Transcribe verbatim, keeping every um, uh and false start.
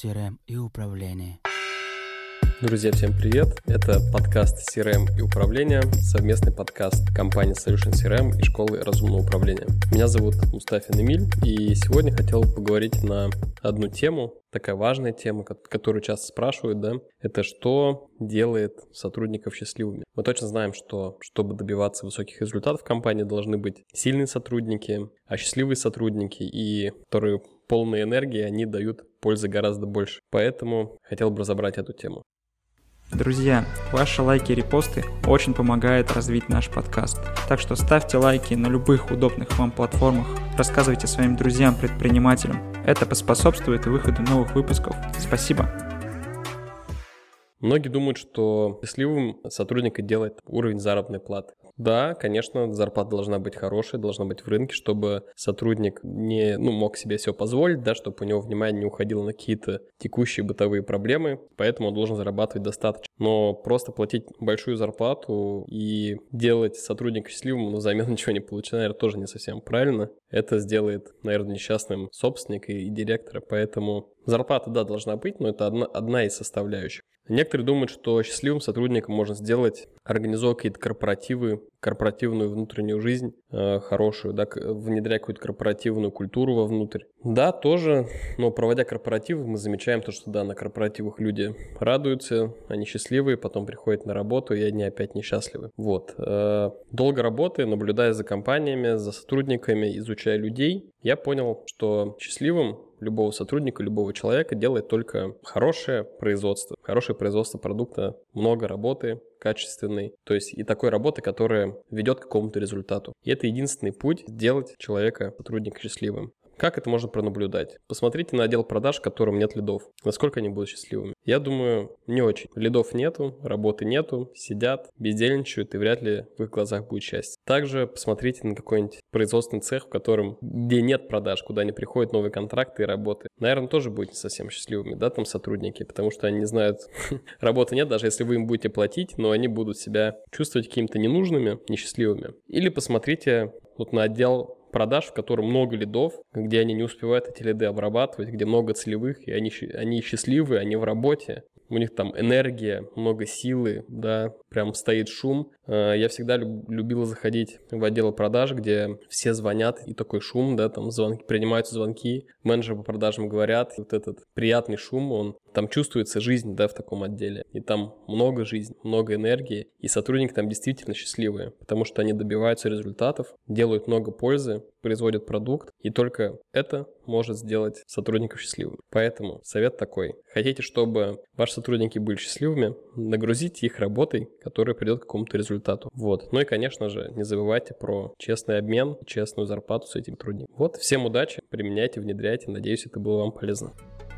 си ар эм и управление. Друзья, всем привет! Это подкаст си ар эм и управление, совместный подкаст компании Solution си ар эм и школы разумного управления. Меня зовут Мустафин Эмиль, и сегодня хотел поговорить на одну тему, такая важная тема, которую часто спрашивают, да, это что делает сотрудников счастливыми. Мы точно знаем, что чтобы добиваться высоких результатов в компании, должны быть сильные сотрудники, а счастливые сотрудники, и которые полные энергии, они дают пользы гораздо больше. Поэтому хотел бы разобрать эту тему. Друзья, ваши лайки и репосты очень помогают развить наш подкаст. Так что ставьте лайки на любых удобных вам платформах, рассказывайте своим друзьям-предпринимателям. Это поспособствует выходу новых выпусков. Спасибо. Многие думают, что счастливым сотрудника делает уровень заработной платы. Да, конечно, зарплата должна быть хорошей, должна быть в рынке, чтобы сотрудник не, ну, мог себе все позволить, да, чтобы у него внимание не уходило на какие-то текущие бытовые проблемы, поэтому он должен зарабатывать достаточно. Но просто платить большую зарплату и делать сотрудника счастливым, но взамен ничего не получая, наверное, тоже не совсем правильно. Это сделает, наверное, несчастным собственника и директора, поэтому зарплата, да, должна быть, но это одна, одна из составляющих. Некоторые думают, что счастливым сотрудником можно сделать, организовывая какие-то корпоративы, корпоративную внутреннюю жизнь э, хорошую, да, внедряя какую-то корпоративную культуру вовнутрь. Да, тоже, но проводя корпоративы, мы замечаем то, что да, на корпоративах люди радуются, они счастливые, потом приходят на работу, и они опять несчастливы. Вот. Э, долго работая, наблюдая за компаниями, за сотрудниками, изучая людей, я понял, что счастливым любого сотрудника, любого человека делает только хорошее производство. Хорошее производство продукта, много работы, качественной, то есть и такой работы, которая ведет к какому-то результату. И это единственный путь сделать человека, сотрудника счастливым. Как это можно пронаблюдать? Посмотрите на отдел продаж, в котором нет лидов. Насколько они будут счастливыми? Я думаю, не очень. Лидов нету, работы нету, сидят, бездельничают, и вряд ли в их глазах будет счастье. Также посмотрите на какой-нибудь производственный цех, в котором, где нет продаж, куда не приходят новые контракты и работы. Наверное, тоже будете не совсем счастливыми, да, там сотрудники, потому что они не знают, работы нет, даже если вы им будете платить, но они будут себя чувствовать какими-то ненужными, несчастливыми. Или посмотрите вот на отдел продаж, в котором много лидов, где они не успевают эти лиды обрабатывать, где много целевых, и они, они счастливы, они в работе, у них там энергия, много силы, да, прям стоит шум. Я всегда любил заходить в отдел продаж, где все звонят, и такой шум, да, там звонки, принимаются звонки, менеджеры по продажам говорят, вот этот приятный шум, он, там чувствуется жизнь, да, в таком отделе, и там много жизни, много энергии, и сотрудники там действительно счастливые, потому что они добиваются результатов, делают много пользы, производят продукт, и только это может сделать сотрудников счастливыми. Поэтому совет такой. Хотите, чтобы ваши сотрудники были счастливыми, нагрузите их работой, которая придет к какому-то результату. Вот. Ну и, конечно же, не забывайте про честный обмен, честную зарплату с этим сотрудником. Вот, всем удачи, применяйте, внедряйте. Надеюсь, это было вам полезно.